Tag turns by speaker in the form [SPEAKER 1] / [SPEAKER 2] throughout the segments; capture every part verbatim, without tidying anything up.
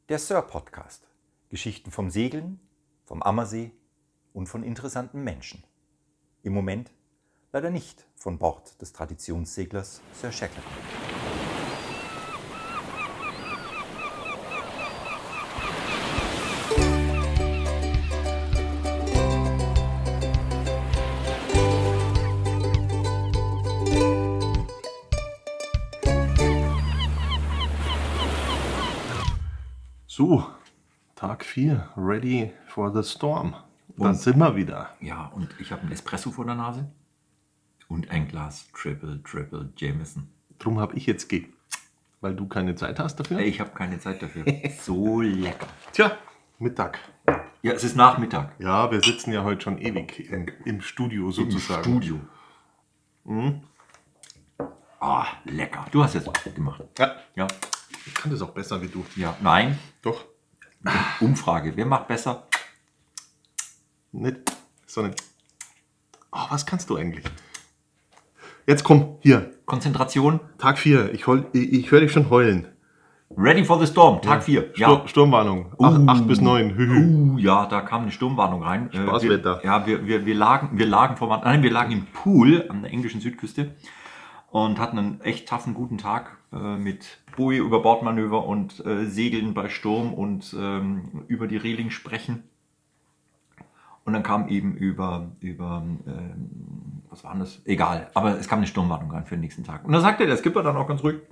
[SPEAKER 1] Der Sir-Podcast. Geschichten vom Segeln, vom Ammersee und von interessanten Menschen. Im Moment leider nicht von Bord des Traditionsseglers Sir Shackleton.
[SPEAKER 2] So, Tag vier, ready for the storm. Da sind wir wieder.
[SPEAKER 1] Ja, und ich habe einen Espresso vor der Nase und ein Glas Triple Triple Jameson.
[SPEAKER 2] Drum habe ich jetzt G, weil du keine Zeit hast dafür.
[SPEAKER 1] Ich habe keine Zeit dafür. So lecker.
[SPEAKER 2] Tja, Mittag.
[SPEAKER 1] Ja, es ist Nachmittag.
[SPEAKER 2] Ja, wir sitzen ja heute schon ewig im, im Studio sozusagen.
[SPEAKER 1] Im Studio. Mhm. Ah, lecker. Du hast jetzt gemacht.
[SPEAKER 2] Ja.
[SPEAKER 1] Ja.
[SPEAKER 2] Ich kann das auch besser wie du.
[SPEAKER 1] Ja. Nein.
[SPEAKER 2] Doch.
[SPEAKER 1] Umfrage. Wer macht besser?
[SPEAKER 2] Nicht, sondern... Oh, was kannst du eigentlich? Jetzt komm, hier.
[SPEAKER 1] Konzentration.
[SPEAKER 2] Tag vier. Ich, heul, ich, ich höre dich schon heulen.
[SPEAKER 1] Ready for the storm. Tag vier.
[SPEAKER 2] Ja. Stur-
[SPEAKER 1] Ja.
[SPEAKER 2] Sturmwarnung.
[SPEAKER 1] Uh.
[SPEAKER 2] acht bis neun.
[SPEAKER 1] Uh, ja, da kam eine Sturmwarnung rein. Äh,
[SPEAKER 2] Spaßwetter.
[SPEAKER 1] Wir, ja, wir, wir, wir, lagen, wir, lagen vor, nein, wir lagen im Pool an der englischen Südküste und hatten einen echt toughen, guten Tag äh, mit Boje über Bordmanöver und äh, Segeln bei Sturm und ähm, über die Reling sprechen. Und dann kam eben über, über ähm, was war denn das? Egal, aber es kam eine Sturmwarnung rein für den nächsten Tag. Und da sagte der Skipper dann auch ganz ruhig,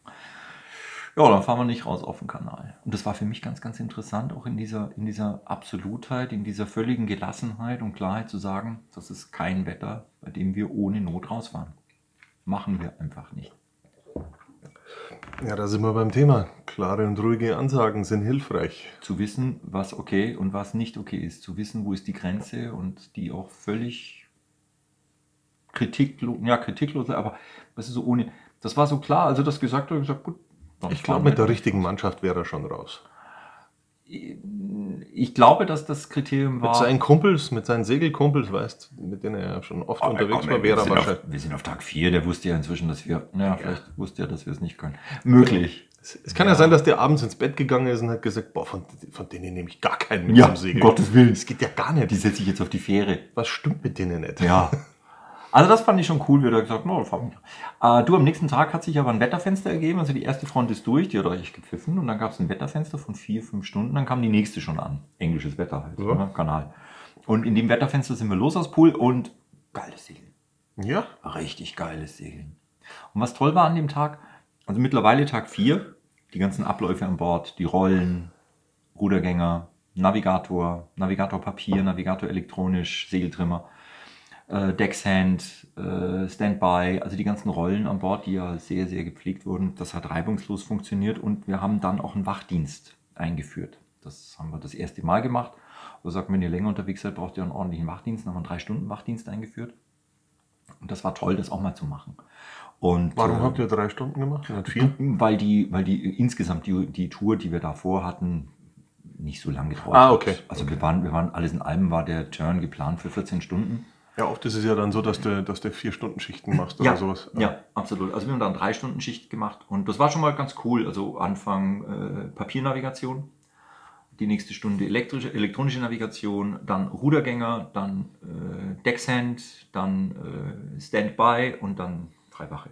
[SPEAKER 1] ja, dann fahren wir nicht raus auf den Kanal. Und das war für mich ganz, ganz interessant, auch in dieser, in dieser Absolutheit, in dieser völligen Gelassenheit und Klarheit zu sagen, das ist kein Wetter, bei dem wir ohne Not rausfahren. Machen wir einfach nicht.
[SPEAKER 2] Ja, da sind wir beim Thema. Klare und ruhige Ansagen sind hilfreich.
[SPEAKER 1] Zu wissen, was okay und was nicht okay ist. Zu wissen, wo ist die Grenze und die auch völlig kritiklos, ja, kritiklos, aber das ist so ohne, das war so klar, also das gesagt hat, gesagt, gut.
[SPEAKER 2] Ich glaube, mit der richtigen Mannschaft wäre er schon raus.
[SPEAKER 1] Ich glaube, dass das Kriterium war...
[SPEAKER 2] Mit seinen Kumpels, mit seinen Segelkumpels, weißt mit denen er ja schon oft
[SPEAKER 1] aber
[SPEAKER 2] unterwegs
[SPEAKER 1] komm,
[SPEAKER 2] war, wäre er
[SPEAKER 1] wir
[SPEAKER 2] wahrscheinlich...
[SPEAKER 1] Auf, wir sind auf Tag vier, der wusste ja inzwischen, dass wir... Ja, ja. Vielleicht wusste er, dass wir es nicht können. Möglich.
[SPEAKER 2] Es, es kann ja. ja sein, dass der abends ins Bett gegangen ist und hat gesagt, boah, von, von denen nehme ich gar keinen mit
[SPEAKER 1] ja,
[SPEAKER 2] zum Segeln.
[SPEAKER 1] Um Gottes Willen.
[SPEAKER 2] Das geht ja gar nicht.
[SPEAKER 1] Die setze ich jetzt auf die Fähre.
[SPEAKER 2] Was stimmt mit denen nicht?
[SPEAKER 1] Ja. Also das fand ich schon cool, wie er gesagt hat, no, fahr mich. Äh, du, am nächsten Tag hat sich aber ein Wetterfenster ergeben, also die erste Front ist durch, die hat euch gepfiffen und dann gab es ein Wetterfenster von vier, fünf Stunden, dann kam die nächste schon an. Englisches Wetter halt,
[SPEAKER 2] ja.
[SPEAKER 1] ne? Kanal. Und in dem Wetterfenster sind wir los aus Pool und geiles Segeln.
[SPEAKER 2] Ja.
[SPEAKER 1] Richtig geiles Segeln. Und was toll war an dem Tag, also mittlerweile Tag vier, die ganzen Abläufe an Bord, die Rollen, Rudergänger, Navigator, Navigator Papier, Navigator elektronisch, Segeltrimmer, äh, Deckshand, äh, Standby, also die ganzen Rollen an Bord, die ja sehr, sehr gepflegt wurden, das hat reibungslos funktioniert und wir haben dann auch einen Wachdienst eingeführt. Das haben wir das erste Mal gemacht. Wir sagten, wenn ihr länger unterwegs seid, braucht ihr einen ordentlichen Wachdienst. Dann haben wir einen drei Stunden Wachdienst eingeführt. Und das war toll, das auch mal zu machen. Und,
[SPEAKER 2] Warum
[SPEAKER 1] äh,
[SPEAKER 2] habt ihr drei Stunden gemacht? Nicht vier?
[SPEAKER 1] Weil die, weil die insgesamt die, die Tour, die wir davor hatten, nicht so lange gedauert
[SPEAKER 2] Ah, okay.
[SPEAKER 1] hat. Also wir waren, wir waren, alles in allem war der Turn geplant für vierzehn Stunden.
[SPEAKER 2] Ja, oft ist es ja dann so, dass du, dass du vier Stunden Schichten machst oder
[SPEAKER 1] ja,
[SPEAKER 2] sowas.
[SPEAKER 1] Ja, absolut. Also wir haben dann drei Stunden Schicht gemacht und das war schon mal ganz cool. Also Anfang äh, Papiernavigation, die nächste Stunde elektrische, elektronische Navigation, dann Rudergänger, dann äh, Deckshand, dann äh, Standby und dann Freiwache.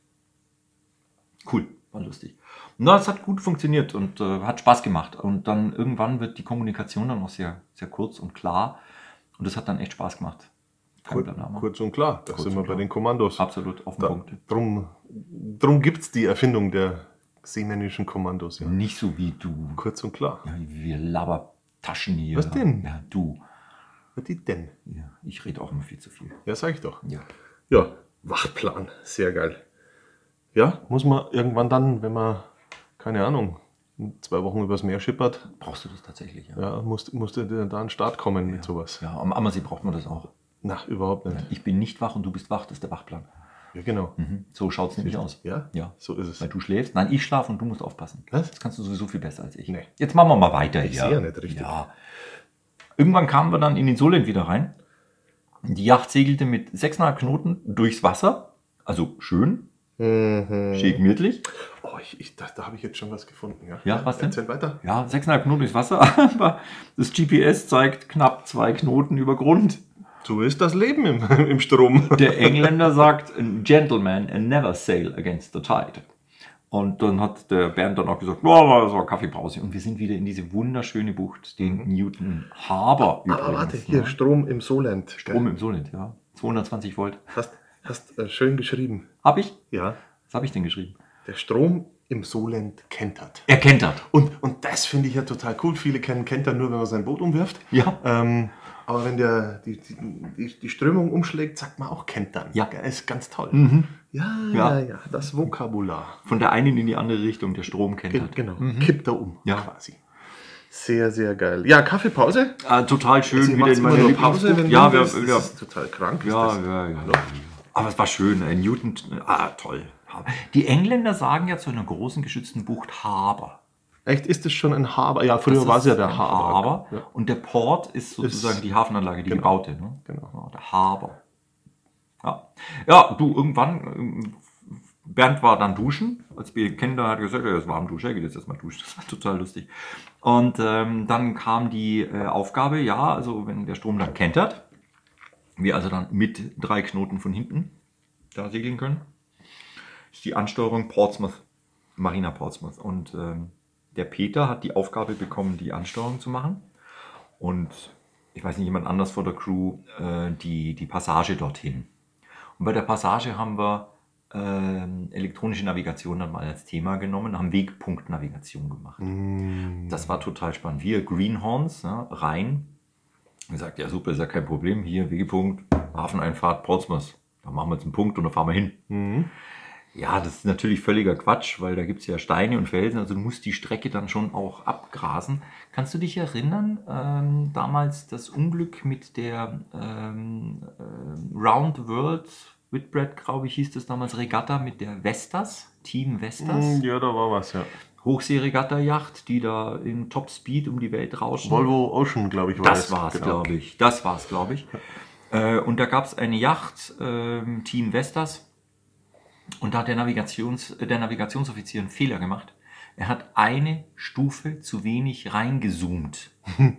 [SPEAKER 1] Cool, war lustig. Na, es hat gut funktioniert und äh, hat Spaß gemacht. Und dann irgendwann wird die Kommunikation dann auch sehr, sehr kurz und klar und das hat dann echt Spaß gemacht.
[SPEAKER 2] Kur- kurz und klar, da
[SPEAKER 1] Kurz
[SPEAKER 2] sind
[SPEAKER 1] und
[SPEAKER 2] wir
[SPEAKER 1] klar.
[SPEAKER 2] bei den Kommandos.
[SPEAKER 1] Absolut, auf den
[SPEAKER 2] Da,
[SPEAKER 1] Punkt.
[SPEAKER 2] drum drum gibt es die Erfindung der seemännischen Kommandos. Ja.
[SPEAKER 1] Nicht so wie du.
[SPEAKER 2] Kurz und klar.
[SPEAKER 1] Ja, wir Labertaschen hier.
[SPEAKER 2] Was denn?
[SPEAKER 1] Ja, du.
[SPEAKER 2] Was die denn?
[SPEAKER 1] Ja, ich rede auch immer viel zu viel.
[SPEAKER 2] Ja, sag ich doch.
[SPEAKER 1] Ja.
[SPEAKER 2] Ja, Wachplan, sehr geil. Ja, muss man irgendwann dann, wenn man, keine Ahnung, zwei Wochen übers Meer schippert,
[SPEAKER 1] Brauchst du das tatsächlich, ja?
[SPEAKER 2] ja, musste musst du da an den Start kommen mit sowas.
[SPEAKER 1] Ja, am Ammersee braucht man das auch.
[SPEAKER 2] Na, überhaupt nicht.
[SPEAKER 1] Ich bin nicht wach und du bist wach, das ist der Wachplan.
[SPEAKER 2] Ja, genau.
[SPEAKER 1] Mhm. So schaut es nämlich aus.
[SPEAKER 2] Ja?
[SPEAKER 1] Ja.
[SPEAKER 2] So ist es.
[SPEAKER 1] Weil du schläfst. Nein, ich schlafe und du musst aufpassen.
[SPEAKER 2] Was?
[SPEAKER 1] Das kannst du sowieso viel besser als ich.
[SPEAKER 2] Nee.
[SPEAKER 1] Jetzt machen wir mal weiter
[SPEAKER 2] Ich
[SPEAKER 1] hier.
[SPEAKER 2] sehe ja nicht richtig.
[SPEAKER 1] Ja. Irgendwann kamen wir dann in den Solent wieder rein. Die Yacht segelte mit sechseinhalb Knoten durchs Wasser. Also schön.
[SPEAKER 2] Mhm.
[SPEAKER 1] Steht gemütlich.
[SPEAKER 2] Oh, ich, ich, da, da habe ich jetzt schon was gefunden. Ja,
[SPEAKER 1] Ja, was denn?
[SPEAKER 2] Erzähl weiter.
[SPEAKER 1] Ja, sechs Komma fünf Knoten ist Wasser, aber das G P S zeigt knapp zwei Knoten über Grund.
[SPEAKER 2] So ist das Leben im, im Strom.
[SPEAKER 1] Der Engländer sagt, a gentleman never sail against the tide. Und dann hat der Bernd dann auch gesagt, oh, das war Kaffeepause. Und wir sind wieder in diese wunderschöne Bucht, den Newton Harbor übrigens.
[SPEAKER 2] Aber warte, hier,
[SPEAKER 1] ne?
[SPEAKER 2] Strom im Solent.
[SPEAKER 1] Strom im Solent, ja. zweihundertzwanzig Volt.
[SPEAKER 2] Hast, hast äh, schön geschrieben.
[SPEAKER 1] Hab ich?
[SPEAKER 2] Ja.
[SPEAKER 1] Was habe ich denn geschrieben?
[SPEAKER 2] Der Strom im Solent kentert.
[SPEAKER 1] Er kentert.
[SPEAKER 2] Und, und das finde ich ja total cool. Viele kennen Kentern nur, wenn man sein Boot umwirft.
[SPEAKER 1] Ja.
[SPEAKER 2] Ähm, aber wenn der, die, die, die Strömung umschlägt, sagt man auch Kentern.
[SPEAKER 1] Ja.
[SPEAKER 2] Das ist ganz toll.
[SPEAKER 1] Mhm.
[SPEAKER 2] Ja,
[SPEAKER 1] Ja.
[SPEAKER 2] ja, ja, das Vokabular.
[SPEAKER 1] Von der einen in die andere Richtung, der Strom kentert.
[SPEAKER 2] Genau, kippt da um
[SPEAKER 1] Ja.
[SPEAKER 2] quasi. Sehr, sehr geil. Ja, Kaffeepause.
[SPEAKER 1] Ah, total schön,
[SPEAKER 2] Sie
[SPEAKER 1] wieder
[SPEAKER 2] macht's
[SPEAKER 1] in
[SPEAKER 2] immer
[SPEAKER 1] meiner
[SPEAKER 2] nur Pause,
[SPEAKER 1] Lieblingsbucht.
[SPEAKER 2] wenn
[SPEAKER 1] Ja,
[SPEAKER 2] du
[SPEAKER 1] wir,
[SPEAKER 2] willst.
[SPEAKER 1] wir,
[SPEAKER 2] Das ist total krank. ist
[SPEAKER 1] ja,
[SPEAKER 2] das.
[SPEAKER 1] ja, ja. Aber es war schön. äh, Newton, ah, toll. Die Engländer sagen ja zu einer großen geschützten Bucht Harbor.
[SPEAKER 2] Echt, ist das schon ein Haber? Ja, früher
[SPEAKER 1] Das
[SPEAKER 2] war es ja
[SPEAKER 1] ist
[SPEAKER 2] der
[SPEAKER 1] ein
[SPEAKER 2] Haber.
[SPEAKER 1] Harbor.
[SPEAKER 2] Ja.
[SPEAKER 1] Und der Port ist sozusagen
[SPEAKER 2] Ist-
[SPEAKER 1] die Hafenanlage, die
[SPEAKER 2] genau.
[SPEAKER 1] gebaute. Ne?
[SPEAKER 2] Genau.
[SPEAKER 1] Ja, der Harbor. Ja. Ja, du, irgendwann, ähm, Bernd war dann duschen. Als wir Kinder hat er gesagt, ja, es war warm duschen, er geht jetzt erstmal duschen. Das war total lustig. Und ähm, dann kam die äh, Aufgabe, ja, also wenn der Strom dann kentert, wir also dann mit drei Knoten von hinten da segeln können, ist die Ansteuerung Portsmouth, Marina Portsmouth. Und ähm, der Peter hat die Aufgabe bekommen, die Ansteuerung zu machen. Und ich weiß nicht, jemand anders vor der Crew, äh, die, die Passage dorthin. Und bei der Passage haben wir ähm, elektronische Navigation dann mal als Thema genommen, haben Wegpunktnavigation gemacht. Das war total spannend. Wir Greenhorns, ja, rein, gesagt, ja super, ist ja kein Problem, hier Wegepunkt, Hafeneinfahrt Portsmouth. Da machen wir jetzt einen Punkt und da fahren wir hin. Ja, das ist natürlich völliger Quatsch, weil da gibt es ja Steine und Felsen, also du musst die Strecke dann schon auch abgrasen. Kannst du dich erinnern, ähm, damals das Unglück mit der ähm, äh, Round World Whitbread, glaube ich, hieß das damals, Regatta mit der Vestas, Team Vestas,
[SPEAKER 2] Ja, da war was, ja.
[SPEAKER 1] Hochseeregatta-Yacht, die da in Top Speed um die Welt rauschen.
[SPEAKER 2] Volvo Ocean, glaube ich, war
[SPEAKER 1] Das
[SPEAKER 2] es.
[SPEAKER 1] war's,
[SPEAKER 2] Genau.
[SPEAKER 1] glaube ich. Das war's, glaube ich. Äh, und da gab es eine Yacht, ähm, Team Vestas. Und da hat der, Navigations, äh, der Navigationsoffizier einen Fehler gemacht. Er hat eine Stufe zu wenig reingezoomt.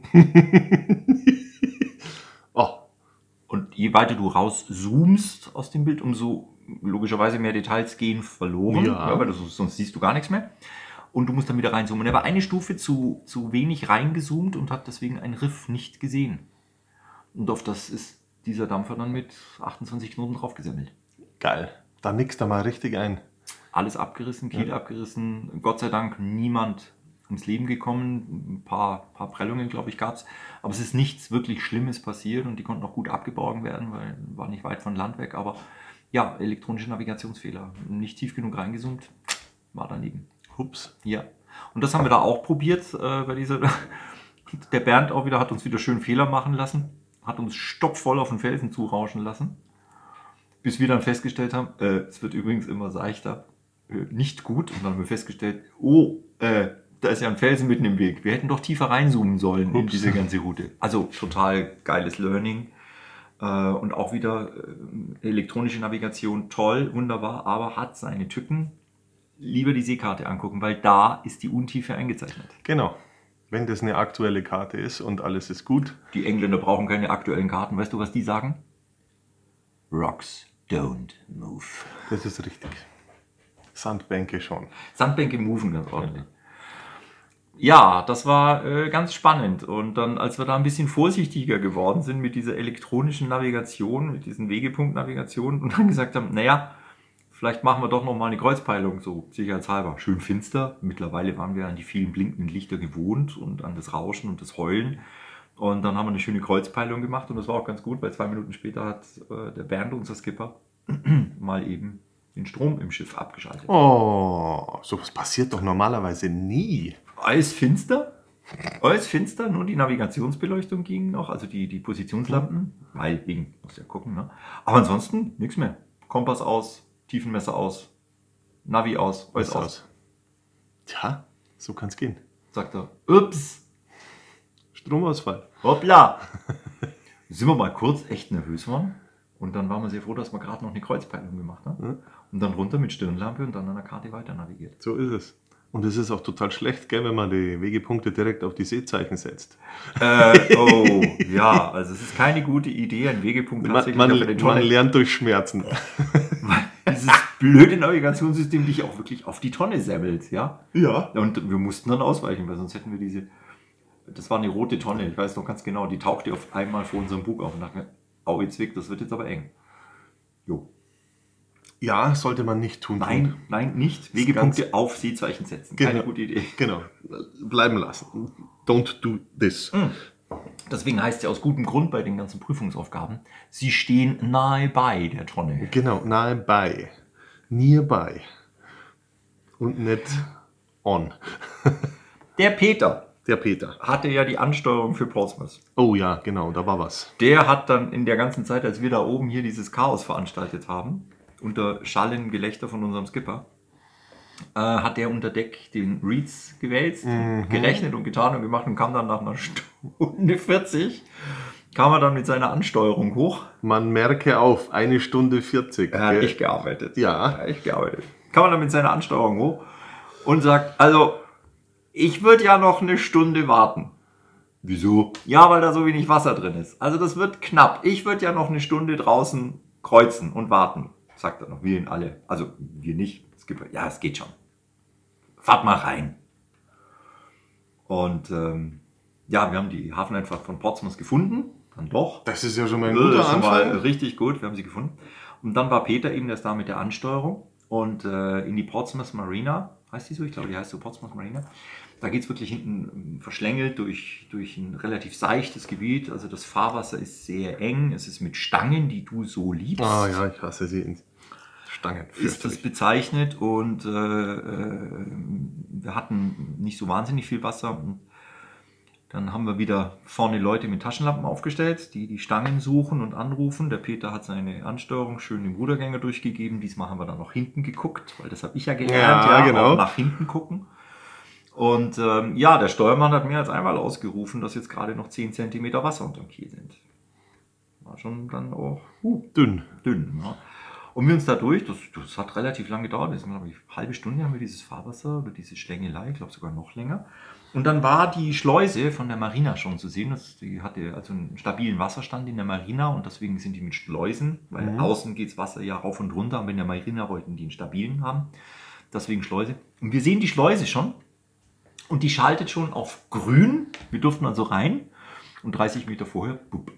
[SPEAKER 2] Oh,
[SPEAKER 1] Und je weiter du rauszoomst aus dem Bild, umso logischerweise mehr Details gehen verloren.
[SPEAKER 2] Ja.
[SPEAKER 1] weil das, sonst siehst du gar nichts mehr. Und du musst dann wieder reinzoomen. Und er war eine Stufe zu, zu wenig reingezoomt und hat deswegen ein Riff nicht gesehen. Und auf das ist dieser Dampfer dann mit achtundzwanzig Knoten draufgesammelt.
[SPEAKER 2] geil. Da nickst du mal richtig ein.
[SPEAKER 1] Alles abgerissen, Kiel abgerissen. Gott sei Dank niemand ums Leben gekommen. Ein paar, paar Prellungen, glaube ich, gab es. Aber es ist nichts wirklich Schlimmes passiert und die konnten auch gut abgeborgen werden, weil war nicht weit von Land weg. Aber ja, elektronische Navigationsfehler. Nicht tief genug reingezoomt, war daneben.
[SPEAKER 2] Hups.
[SPEAKER 1] Ja. Und das haben wir da auch probiert äh, bei dieser. Der Bernd auch wieder hat uns wieder schön Fehler machen lassen, hat uns stockvoll auf den Felsen zurauschen lassen. Bis wir dann festgestellt haben, äh, es wird übrigens immer seichter, äh, nicht gut. Und dann haben wir festgestellt, oh, äh, da ist ja ein Felsen mitten im Weg. Wir hätten doch tiefer reinzoomen sollen in
[SPEAKER 2] Ups.
[SPEAKER 1] diese ganze Route. Also total geiles Learning. Äh, und auch wieder äh, elektronische Navigation, toll, wunderbar, aber hat seine Tücken. Lieber die Seekarte angucken, weil da ist die Untiefe eingezeichnet.
[SPEAKER 2] Genau. Wenn das eine aktuelle Karte ist und alles ist gut.
[SPEAKER 1] Die Engländer brauchen keine aktuellen Karten. Weißt du, was die sagen? Rocks don't move.
[SPEAKER 2] Das ist richtig. Sandbänke schon.
[SPEAKER 1] Sandbänke moven ganz ordentlich. Ja, das war äh, ganz spannend. Und dann, als wir da ein bisschen vorsichtiger geworden sind mit dieser elektronischen Navigation, mit diesen Wegepunktnavigationen und dann gesagt haben, naja, vielleicht machen wir doch noch mal eine Kreuzpeilung, so sicherheitshalber. Schön finster. Mittlerweile waren wir an die vielen blinkenden Lichter gewohnt und an das Rauschen und das Heulen. Und dann haben wir eine schöne Kreuzpeilung gemacht und das war auch ganz gut, weil zwei Minuten später hat äh, der Bernd, unser Skipper, mal eben den Strom im Schiff abgeschaltet.
[SPEAKER 2] Oh, sowas passiert doch normalerweise nie.
[SPEAKER 1] Alles finster, alles finster, nur die Navigationsbeleuchtung ging noch, also die, die Positionslampen, weil wegen, muss ja gucken, ne? Aber ansonsten nichts mehr. Kompass aus, Tiefenmesser aus, Navi aus, alles
[SPEAKER 2] Was
[SPEAKER 1] aus.
[SPEAKER 2] aus? Tja, so kann's gehen.
[SPEAKER 1] Sagt er, ups,
[SPEAKER 2] Stromausfall.
[SPEAKER 1] hoppla. Sind wir mal kurz echt nervös waren? Und dann waren wir sehr froh, dass wir gerade noch eine Kreuzpeilung gemacht haben.
[SPEAKER 2] Ja.
[SPEAKER 1] Und dann runter mit Stirnlampe und dann an der Karte weiter navigiert.
[SPEAKER 2] So ist es. Und es ist auch total schlecht, gell, wenn man die Wegepunkte direkt auf die Seezeichen setzt.
[SPEAKER 1] Äh, oh, ja, also es ist keine gute Idee, einen Wegepunkt
[SPEAKER 2] Man,
[SPEAKER 1] tatsächlich
[SPEAKER 2] man,
[SPEAKER 1] auf eine
[SPEAKER 2] man
[SPEAKER 1] Tonne.
[SPEAKER 2] lernt durch Schmerzen.
[SPEAKER 1] Weil dieses blöde Navigationssystem dich auch wirklich auf die Tonne semmelt, ja.
[SPEAKER 2] Ja.
[SPEAKER 1] Und wir mussten dann ausweichen, weil sonst hätten wir diese, das war eine rote Tonne, ich weiß noch ganz genau, die tauchte auf einmal vor unserem Bug auf und dachte mir, au, jetzt weg, das wird jetzt aber eng. Jo.
[SPEAKER 2] Ja, sollte man nicht tun.
[SPEAKER 1] Nein, nein, nicht. Wegepunkte auf Seezeichen setzen. Keine
[SPEAKER 2] Genau.
[SPEAKER 1] gute Idee.
[SPEAKER 2] Genau. Bleiben lassen. Don't do this.
[SPEAKER 1] Mhm. Deswegen heißt es ja aus gutem Grund bei den ganzen Prüfungsaufgaben, sie stehen nahe bei der Tonne.
[SPEAKER 2] Genau, nahe bei. Nearby. Und nicht on.
[SPEAKER 1] Der Peter
[SPEAKER 2] Der Peter.
[SPEAKER 1] hatte ja die Ansteuerung für Portsmouth.
[SPEAKER 2] Oh ja, genau, da war was.
[SPEAKER 1] Der hat dann in der ganzen Zeit, als wir da oben hier dieses Chaos veranstaltet haben, unter schallendem Gelächter von unserem Skipper, äh, hat der unter Deck den Reeds gewälzt,
[SPEAKER 2] Mhm.
[SPEAKER 1] gerechnet und getan und gemacht und kam dann nach einer Stunde vierzig, kam er dann mit seiner Ansteuerung hoch.
[SPEAKER 2] Man merke auf, eine Stunde vierzig.
[SPEAKER 1] Er hat
[SPEAKER 2] gell?
[SPEAKER 1] echt gearbeitet.
[SPEAKER 2] Ja.
[SPEAKER 1] Er hat echt gearbeitet. Kam er dann mit seiner Ansteuerung hoch und sagt, also, ich würde ja noch eine Stunde warten.
[SPEAKER 2] Wieso?
[SPEAKER 1] Ja, weil da so wenig Wasser drin ist. Also das wird knapp. Ich würde ja noch eine Stunde draußen kreuzen und warten, sagt er noch. Wir ihn alle. Also wir nicht. Es gibt, ja, es geht schon. Fahrt mal rein. Und ähm, ja, wir haben die Hafeneinfahrt von Portsmouth gefunden. Dann doch.
[SPEAKER 2] Das ist ja schon mal ein
[SPEAKER 1] Das
[SPEAKER 2] guter
[SPEAKER 1] ist schon mal
[SPEAKER 2] Anfang.
[SPEAKER 1] richtig gut. Wir haben sie gefunden. Und dann war Peter eben erst da mit der Ansteuerung. Und äh, in die Portsmouth Marina, heißt die so? Ich glaube, die heißt so Portsmouth Marina. Da geht es wirklich hinten verschlängelt durch, durch ein relativ seichtes Gebiet. Also das Fahrwasser ist sehr eng. Es ist mit Stangen, die du so liebst.
[SPEAKER 2] Ah ja, ich hasse sie in Stangen.
[SPEAKER 1] Ist das
[SPEAKER 2] Fürchterlich.
[SPEAKER 1] bezeichnet. Und äh, äh, wir hatten nicht so wahnsinnig viel Wasser. Und dann haben wir wieder vorne Leute mit Taschenlampen aufgestellt, die die Stangen suchen und anrufen. Der Peter hat seine Ansteuerung schön dem Rudergänger durchgegeben. Diesmal haben wir dann nach hinten geguckt, weil das habe ich ja gelernt,
[SPEAKER 2] Ja,
[SPEAKER 1] ja,
[SPEAKER 2] genau.
[SPEAKER 1] auch nach hinten gucken. Und ähm, ja, der Steuermann hat mehr als einmal ausgerufen, dass jetzt gerade noch zehn Zentimeter Wasser unterm Kiel sind. War schon dann auch uh,
[SPEAKER 2] Dünn.
[SPEAKER 1] dünn. Ja. Und wir uns da durch, das, das hat relativ lange gedauert, das ist, glaube ich, eine halbe Stunde haben wir dieses Fahrwasser oder diese Schlängelei, ich glaube sogar noch länger. Und dann war die Schleuse von der Marina schon zu sehen. Das, die hatte also einen stabilen Wasserstand in der Marina und deswegen sind die mit Schleusen, weil
[SPEAKER 2] Mhm.
[SPEAKER 1] außen geht das Wasser ja rauf und runter. Und in der Marina wollten die einen stabilen haben. Deswegen Schleuse. Und wir sehen die Schleuse schon und die schaltet schon auf grün. Wir durften also rein und dreißig Meter vorher, bup.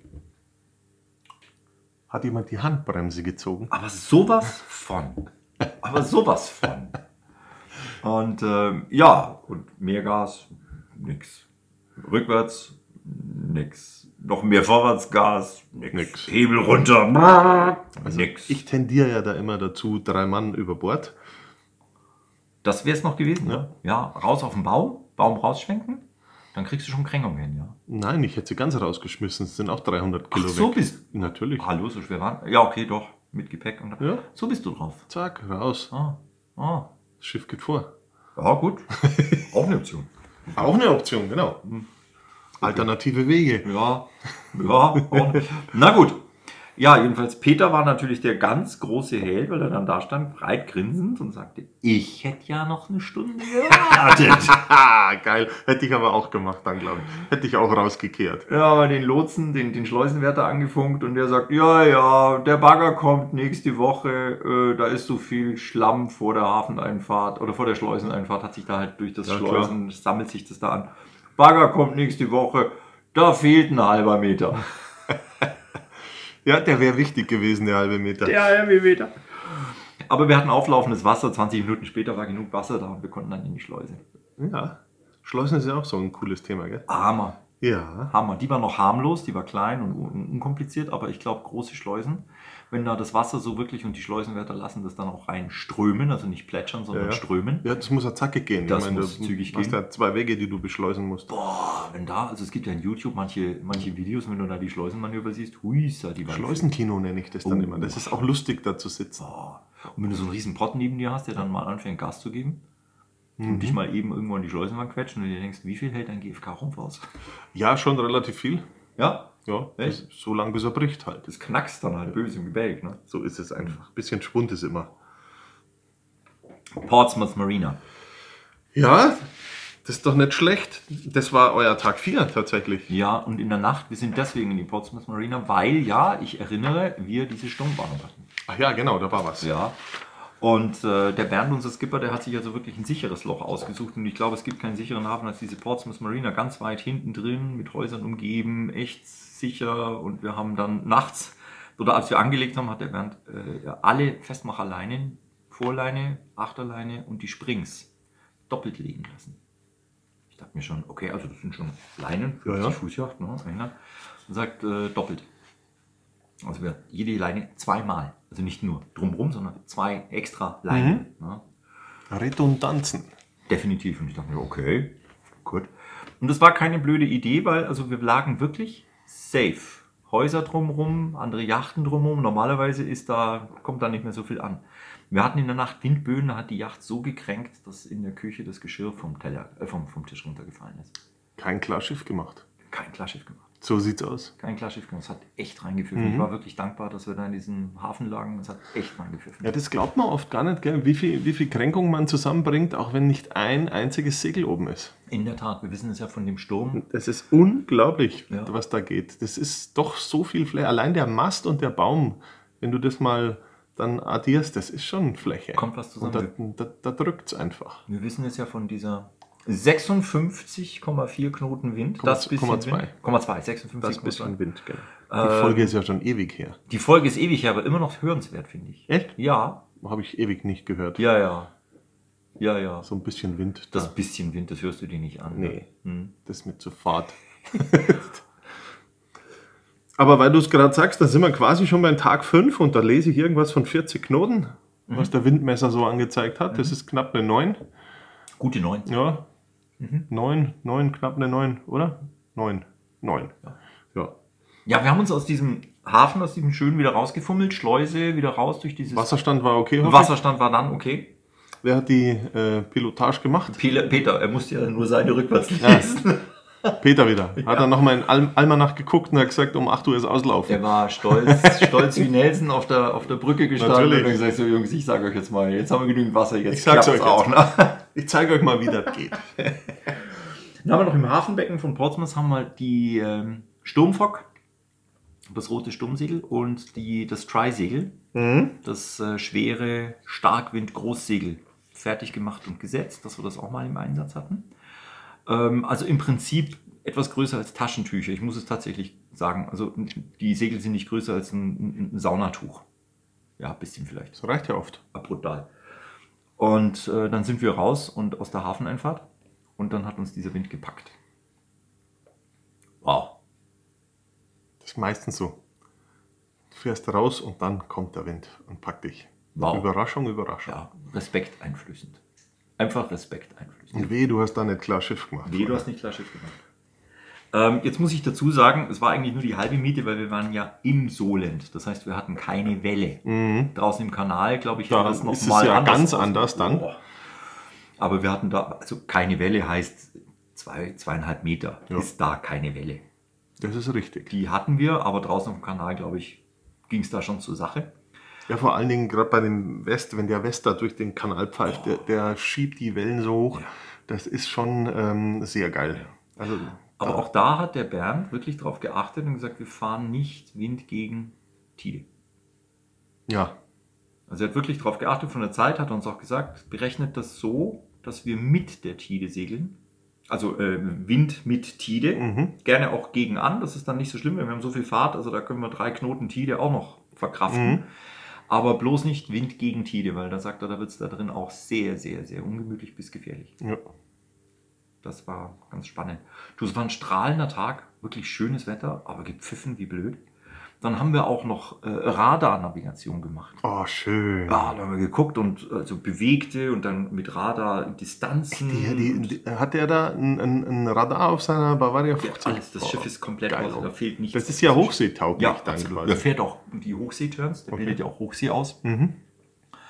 [SPEAKER 2] Hat jemand die Handbremse gezogen?
[SPEAKER 1] Aber sowas von. Aber sowas von. Und ähm, ja, und mehr Gas, nix. Rückwärts, nix. Noch mehr Vorwärtsgas, nix.
[SPEAKER 2] Nix.
[SPEAKER 1] Hebel runter,
[SPEAKER 2] Also
[SPEAKER 1] nix.
[SPEAKER 2] ich tendiere ja da immer dazu, drei Mann über Bord.
[SPEAKER 1] Das wäre es noch gewesen,
[SPEAKER 2] Ja.
[SPEAKER 1] ja. Ja, raus auf den Baum, Baum rausschwenken, dann kriegst du schon Kränkung hin, ja.
[SPEAKER 2] Nein, ich hätte sie ganz rausgeschmissen. Es sind auch dreihundert Kilo
[SPEAKER 1] Ach, so
[SPEAKER 2] weg.
[SPEAKER 1] bist
[SPEAKER 2] Natürlich.
[SPEAKER 1] Hallo, so schwer waren. Ja, okay, doch, mit Gepäck. Und
[SPEAKER 2] Ja.
[SPEAKER 1] So bist du drauf.
[SPEAKER 2] Zack, raus.
[SPEAKER 1] Ah, ah.
[SPEAKER 2] Das Schiff geht vor.
[SPEAKER 1] Ja, gut. Auch eine Option.
[SPEAKER 2] Auch eine Option, genau. Alternative Wege.
[SPEAKER 1] Ja, ja. Auch. Na gut. Ja, jedenfalls Peter war natürlich der ganz große Held, weil er dann da stand, breit grinsend und sagte, ich hätte ja noch eine Stunde gewartet.
[SPEAKER 2] Haha, geil. Hätte ich aber auch gemacht dann, glaube ich. Hätte ich auch rausgekehrt.
[SPEAKER 1] Ja, aber den Lotsen, den, den Schleusenwärter angefunkt und der sagt, ja, ja, der Bagger kommt nächste Woche, äh, da ist so viel Schlamm vor der Hafeneinfahrt oder vor der Schleuseneinfahrt, hat sich da halt durch das
[SPEAKER 2] Ja,
[SPEAKER 1] Schleusen, sammelt sich das da an. Bagger kommt nächste Woche, da fehlt ein halber Meter.
[SPEAKER 2] Ja, der wäre wichtig gewesen, der halbe Meter.
[SPEAKER 1] Der halbe Meter. Aber wir hatten auflaufendes Wasser, zwanzig Minuten später war genug Wasser da und wir konnten dann in die Schleuse.
[SPEAKER 2] Ja. Schleusen ist ja auch so ein cooles Thema, gell?
[SPEAKER 1] Hammer.
[SPEAKER 2] Ja.
[SPEAKER 1] Hammer. Die war noch harmlos, die war klein und un unkompliziert, aber ich glaube, große Schleusen, wenn da das Wasser so wirklich und die Schleusenwärter lassen das dann auch rein strömen, also nicht plätschern, sondern
[SPEAKER 2] Ja, ja.
[SPEAKER 1] strömen.
[SPEAKER 2] Ja, das muss ja zackig gehen.
[SPEAKER 1] Das
[SPEAKER 2] ich
[SPEAKER 1] muss
[SPEAKER 2] du
[SPEAKER 1] zügig
[SPEAKER 2] hast
[SPEAKER 1] gehen.
[SPEAKER 2] ja zwei Wege, die du beschleusen musst.
[SPEAKER 1] Boah, wenn da, also es gibt ja in YouTube manche, manche Videos, wenn du da die Schleusenmanöver siehst, huisa, die waren
[SPEAKER 2] Schleusenkino nenne ich das dann
[SPEAKER 1] Oh.
[SPEAKER 2] immer. Das ist auch lustig, da zu sitzen.
[SPEAKER 1] Boah. Und wenn du so einen riesen Pott neben dir hast, der dann mal anfängt Gas zu geben
[SPEAKER 2] Mhm.
[SPEAKER 1] und dich mal eben irgendwo an die Schleusenwand quetscht und du dir denkst, wie viel hält dein G F K-Rumpf aus?
[SPEAKER 2] Ja, schon relativ viel.
[SPEAKER 1] Ja,
[SPEAKER 2] Ja, das, so lange bis er bricht halt.
[SPEAKER 1] Das knackst dann halt böse im Gebälk. Ne?
[SPEAKER 2] So ist es einfach. Ein bisschen Schwund ist immer.
[SPEAKER 1] Portsmouth Marina.
[SPEAKER 2] Ja, das ist doch nicht schlecht. Das war euer Tag vier tatsächlich.
[SPEAKER 1] Ja, und in der Nacht, wir sind deswegen in die Portsmouth Marina, weil, ja, ich erinnere, wir diese Sturmwarnung hatten.
[SPEAKER 2] Ach ja, genau, da war was.
[SPEAKER 1] Ja. Und äh, der Bernd, unser Skipper, der hat sich also wirklich ein sicheres Loch ausgesucht. Und ich glaube, es gibt keinen sicheren Hafen als diese Portsmouth Marina. Ganz weit hinten drin, mit Häusern umgeben, echt sicher. Und wir haben dann nachts, oder als wir angelegt haben, hat der Bernd äh, alle Festmacherleinen, Vorleine, Achterleine und die Springs doppelt legen lassen. Ich dachte mir schon, okay, also das sind schon Leinen, fünfzig
[SPEAKER 2] ja, ja.
[SPEAKER 1] Fußjacht, ne? Und sagt äh, doppelt. Also wir jede Leine zweimal. Also nicht nur drumherum, sondern zwei extra Leinen.
[SPEAKER 2] Mhm.
[SPEAKER 1] Ne?
[SPEAKER 2] Redundanzen.
[SPEAKER 1] Definitiv. Und ich dachte mir, okay, gut. Und das war keine blöde Idee, weil also wir lagen wirklich safe. Häuser drumherum, andere Yachten drumherum. Normalerweise ist da, kommt da nicht mehr so viel an. Wir hatten in der Nacht Windböen, da hat die Yacht so gekränkt, dass in der Küche das Geschirr vom, Teller, äh, vom, vom Tisch runtergefallen ist.
[SPEAKER 2] Kein Klarschiff gemacht.
[SPEAKER 1] Kein Klarschiff gemacht.
[SPEAKER 2] So sieht's aus.
[SPEAKER 1] Kein Klarschiff gemacht. Es hat echt reingepfiffen. Mhm. Ich war wirklich dankbar, dass wir da in diesem Hafen lagen. Es hat echt reingepfiffen.
[SPEAKER 2] Ja, das glaubt man oft gar nicht, gell? Wie viel, wie viel Kränkung man zusammenbringt, auch wenn nicht ein einziges Segel oben ist.
[SPEAKER 1] In der Tat, wir wissen es ja von dem Sturm.
[SPEAKER 2] Das ist unglaublich,
[SPEAKER 1] ja.
[SPEAKER 2] was da geht. Das ist doch so viel Fläche. Allein der Mast und der Baum, wenn du das mal dann addierst, das ist schon Fläche.
[SPEAKER 1] Kommt was zusammen.
[SPEAKER 2] Und da, da, da drückt es einfach.
[SPEAKER 1] Wir wissen es ja von dieser sechsundfünfzig Komma vier Knoten Wind. Das bisschen
[SPEAKER 2] Komma zwei.
[SPEAKER 1] Wind. Komma zwei, sechsundfünfzig
[SPEAKER 2] Das bisschen Wind, genau. Die
[SPEAKER 1] ähm,
[SPEAKER 2] Folge ist ja schon ewig her.
[SPEAKER 1] Die Folge ist ewig her, aber immer noch hörenswert, finde ich.
[SPEAKER 2] Echt?
[SPEAKER 1] Ja.
[SPEAKER 2] Habe ich ewig nicht gehört.
[SPEAKER 1] Ja, ja. Ja, ja.
[SPEAKER 2] So ein bisschen Wind.
[SPEAKER 1] Das
[SPEAKER 2] da.
[SPEAKER 1] bisschen Wind, das hörst du dir nicht an.
[SPEAKER 2] Nee,
[SPEAKER 1] hm.
[SPEAKER 2] das mit zur Fahrt. Aber weil du es gerade sagst, da sind wir quasi schon beim Tag fünf und da lese ich irgendwas von vierzig Knoten, mhm. was der Windmesser so angezeigt hat. Mhm. Das ist knapp eine neun.
[SPEAKER 1] Gute neun.
[SPEAKER 2] Ja, mhm. neun, neun, knapp eine neun, oder? neun, neun.
[SPEAKER 1] Ja.
[SPEAKER 2] Ja.
[SPEAKER 1] Ja, wir haben uns aus diesem Hafen, aus diesem schönen wieder rausgefummelt, Schleuse wieder raus durch dieses...
[SPEAKER 2] Wasserstand war okay,
[SPEAKER 1] hoffe Wasserstand ich. war dann okay.
[SPEAKER 2] Wer hat die äh, Pilotage gemacht?
[SPEAKER 1] Peter, er musste ja nur seine rückwärts lesen. Ja.
[SPEAKER 2] Peter wieder. Hat ja. dann nochmal in Al- Almanach geguckt und hat gesagt, um acht Uhr ist auslaufen.
[SPEAKER 1] Er war stolz, stolz wie Nelson auf der, auf der Brücke gestanden.
[SPEAKER 2] Natürlich.
[SPEAKER 1] Und gesagt, so Jungs, ich sage euch jetzt mal, jetzt haben wir genügend Wasser, jetzt
[SPEAKER 2] ich sag's euch
[SPEAKER 1] auch.
[SPEAKER 2] Ne? Ich zeige euch mal, wie das geht.
[SPEAKER 1] Dann haben wir noch im Hafenbecken von Portsmouth haben wir die ähm, Sturmfock, das rote Sturmsegel und die, das Trisegel, mhm. das äh, schwere Starkwind-Großsegel fertig gemacht und gesetzt, dass wir das auch mal im Einsatz hatten. Ähm, also im Prinzip etwas größer als Taschentücher. Ich muss es tatsächlich sagen. Also die Segel sind nicht größer als ein, ein Saunatuch. Ja, ein bisschen vielleicht.
[SPEAKER 2] Das reicht ja oft.
[SPEAKER 1] Ja, brutal. Und äh, dann sind wir raus und aus der Hafeneinfahrt und dann hat uns dieser Wind gepackt. Wow.
[SPEAKER 2] Das ist meistens so. Du fährst raus und dann kommt der Wind und packt dich.
[SPEAKER 1] Wow.
[SPEAKER 2] Überraschung, Überraschung.
[SPEAKER 1] Ja, Respekt einflößend. Einfach Respekt einflößend.
[SPEAKER 2] Und weh, du hast da nicht klar Schiff gemacht.
[SPEAKER 1] Weh, du hast nicht klar Schiff gemacht. Ähm, jetzt muss ich dazu sagen, es war eigentlich nur die halbe Miete, weil wir waren ja im Solent. Das heißt, wir hatten keine Welle.
[SPEAKER 2] Mhm.
[SPEAKER 1] Draußen im Kanal, glaube ich,
[SPEAKER 2] da
[SPEAKER 1] war das noch
[SPEAKER 2] ist
[SPEAKER 1] mal
[SPEAKER 2] es ja
[SPEAKER 1] anders
[SPEAKER 2] ganz anders dann.
[SPEAKER 1] Oh. Aber wir hatten da, also keine Welle heißt zwei, zweieinhalb Meter. Ja. Ist da keine Welle.
[SPEAKER 2] Das ist richtig.
[SPEAKER 1] Die hatten wir, aber draußen auf dem Kanal, glaube ich, ging es da schon zur Sache.
[SPEAKER 2] Ja, vor allen Dingen gerade bei dem West, wenn der West da durch den Kanal pfeift, oh. der, der schiebt die Wellen so hoch. Ja. Das ist schon ähm, sehr geil.
[SPEAKER 1] Ja. Also, aber da. Auch da hat der Bernd wirklich drauf geachtet und gesagt, wir fahren nicht Wind gegen Tide.
[SPEAKER 2] Ja.
[SPEAKER 1] Also er hat wirklich drauf geachtet von der Zeit, hat er uns auch gesagt, berechnet das so, dass wir mit der Tide segeln. Also äh, Wind mit Tide. Mhm. Gerne auch gegen an, das ist dann nicht so schlimm, wir haben so viel Fahrt, also da können wir drei Knoten Tide auch noch verkraften. Mhm. Aber bloß nicht Wind gegen Tide, weil da sagt er, da wird es da drin auch sehr, sehr, sehr ungemütlich bis gefährlich.
[SPEAKER 2] Ja.
[SPEAKER 1] Das war ganz spannend. Du, es war ein strahlender Tag, wirklich schönes Wetter, aber gepfiffen wie blöd. Dann haben wir auch noch äh, Radar-Navigation gemacht.
[SPEAKER 2] Oh, schön.
[SPEAKER 1] Ja, da haben wir geguckt und also bewegte und dann mit Radar Distanzen.
[SPEAKER 2] Die, die, die, hat der da ein, ein, ein Radar auf seiner Bavaria fünfzig?
[SPEAKER 1] Ja, alles, das oh, Schiff ist komplett aus, da fehlt nichts.
[SPEAKER 2] Das ist ja hochseetauglich
[SPEAKER 1] ja,
[SPEAKER 2] dann
[SPEAKER 1] absolut.
[SPEAKER 2] quasi.
[SPEAKER 1] Der fährt auch die Hochseeturns, der okay. bildet ja auch Hochsee aus.
[SPEAKER 2] Mhm.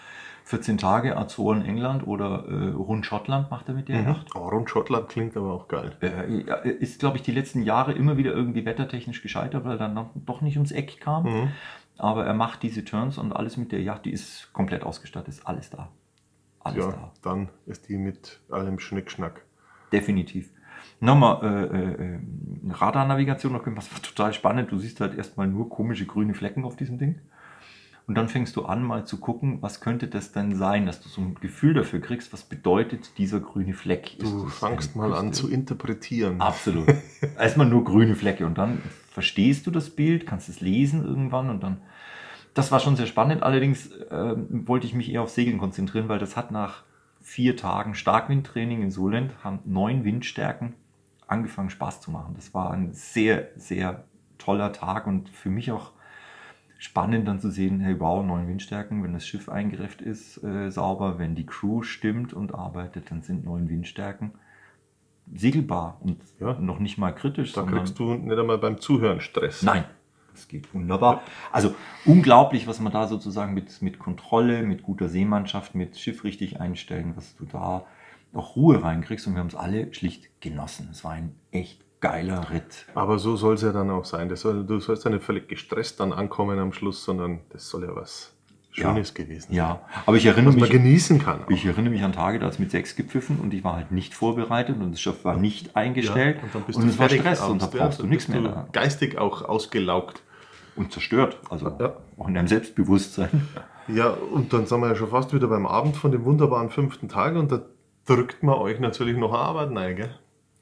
[SPEAKER 1] vierzehn Tage Azoren, England oder äh, rund Schottland macht er mit der Yacht.
[SPEAKER 2] Oh, rund Schottland klingt aber auch geil.
[SPEAKER 1] Äh, ja, ist, glaube ich, die letzten Jahre immer wieder irgendwie wettertechnisch gescheitert, weil er dann noch, doch nicht ums Eck kam.
[SPEAKER 2] Mhm.
[SPEAKER 1] Aber er macht diese Turns und alles mit der Yacht, die ist komplett ausgestattet, ist alles da. Alles
[SPEAKER 2] Ja,
[SPEAKER 1] da.
[SPEAKER 2] dann ist die mit allem Schnickschnack.
[SPEAKER 1] Definitiv. Nochmal äh, äh, Radarnavigation, noch was war total spannend. Du siehst halt erstmal nur komische grüne Flecken auf diesem Ding. Und dann fängst du an, mal zu gucken, was könnte das denn sein, dass du so ein Gefühl dafür kriegst, was bedeutet dieser grüne Fleck.
[SPEAKER 2] Du fangst mal an zu interpretieren.
[SPEAKER 1] Absolut. Erstmal nur grüne Flecke und dann verstehst du das Bild, kannst es lesen irgendwann und dann. Das war schon sehr spannend. Allerdings äh, wollte ich mich eher auf Segeln konzentrieren, weil das hat nach vier Tagen Starkwindtraining in Solent, haben neun Windstärken angefangen Spaß zu machen. Das war ein sehr, sehr toller Tag und für mich auch spannend dann zu sehen, hey wow, neun Windstärken, wenn das Schiff eingerefft ist, äh, sauber, wenn die Crew stimmt und arbeitet, dann sind neun Windstärken segelbar und
[SPEAKER 2] Ja.
[SPEAKER 1] noch nicht mal kritisch.
[SPEAKER 2] Da kriegst du nicht einmal beim Zuhören Stress.
[SPEAKER 1] Nein, das geht wunderbar. Also unglaublich, was man da sozusagen mit, mit Kontrolle, mit guter Seemannschaft, mit Schiff richtig einstellen, was du da auch Ruhe reinkriegst und wir haben es alle schlicht genossen. Es war ein echt geiler Ritt.
[SPEAKER 2] Aber so soll es ja dann auch sein. Das soll, du sollst ja nicht völlig gestresst dann ankommen am Schluss, sondern das soll ja was Schönes
[SPEAKER 1] Ja.
[SPEAKER 2] gewesen sein.
[SPEAKER 1] Ja, aber ich erinnere
[SPEAKER 2] Was man
[SPEAKER 1] mich,
[SPEAKER 2] genießen kann. Auch.
[SPEAKER 1] ich erinnere mich an Tage, da hat es mit sechs gepfiffen und ich war halt nicht vorbereitet und das Schiff war nicht eingestellt
[SPEAKER 2] und dann bist
[SPEAKER 1] und
[SPEAKER 2] du
[SPEAKER 1] es war
[SPEAKER 2] fertig
[SPEAKER 1] Stress und da
[SPEAKER 2] abends,
[SPEAKER 1] brauchst
[SPEAKER 2] ja,
[SPEAKER 1] du
[SPEAKER 2] dann
[SPEAKER 1] nichts
[SPEAKER 2] bist
[SPEAKER 1] mehr
[SPEAKER 2] du
[SPEAKER 1] da.
[SPEAKER 2] geistig auch ausgelaugt.
[SPEAKER 1] Und zerstört, also
[SPEAKER 2] Ja.
[SPEAKER 1] auch in deinem Selbstbewusstsein.
[SPEAKER 2] Ja, und dann sind wir ja schon fast wieder beim Abend von dem wunderbaren fünften Tag und da drückt man euch natürlich noch Arbeit rein, gell?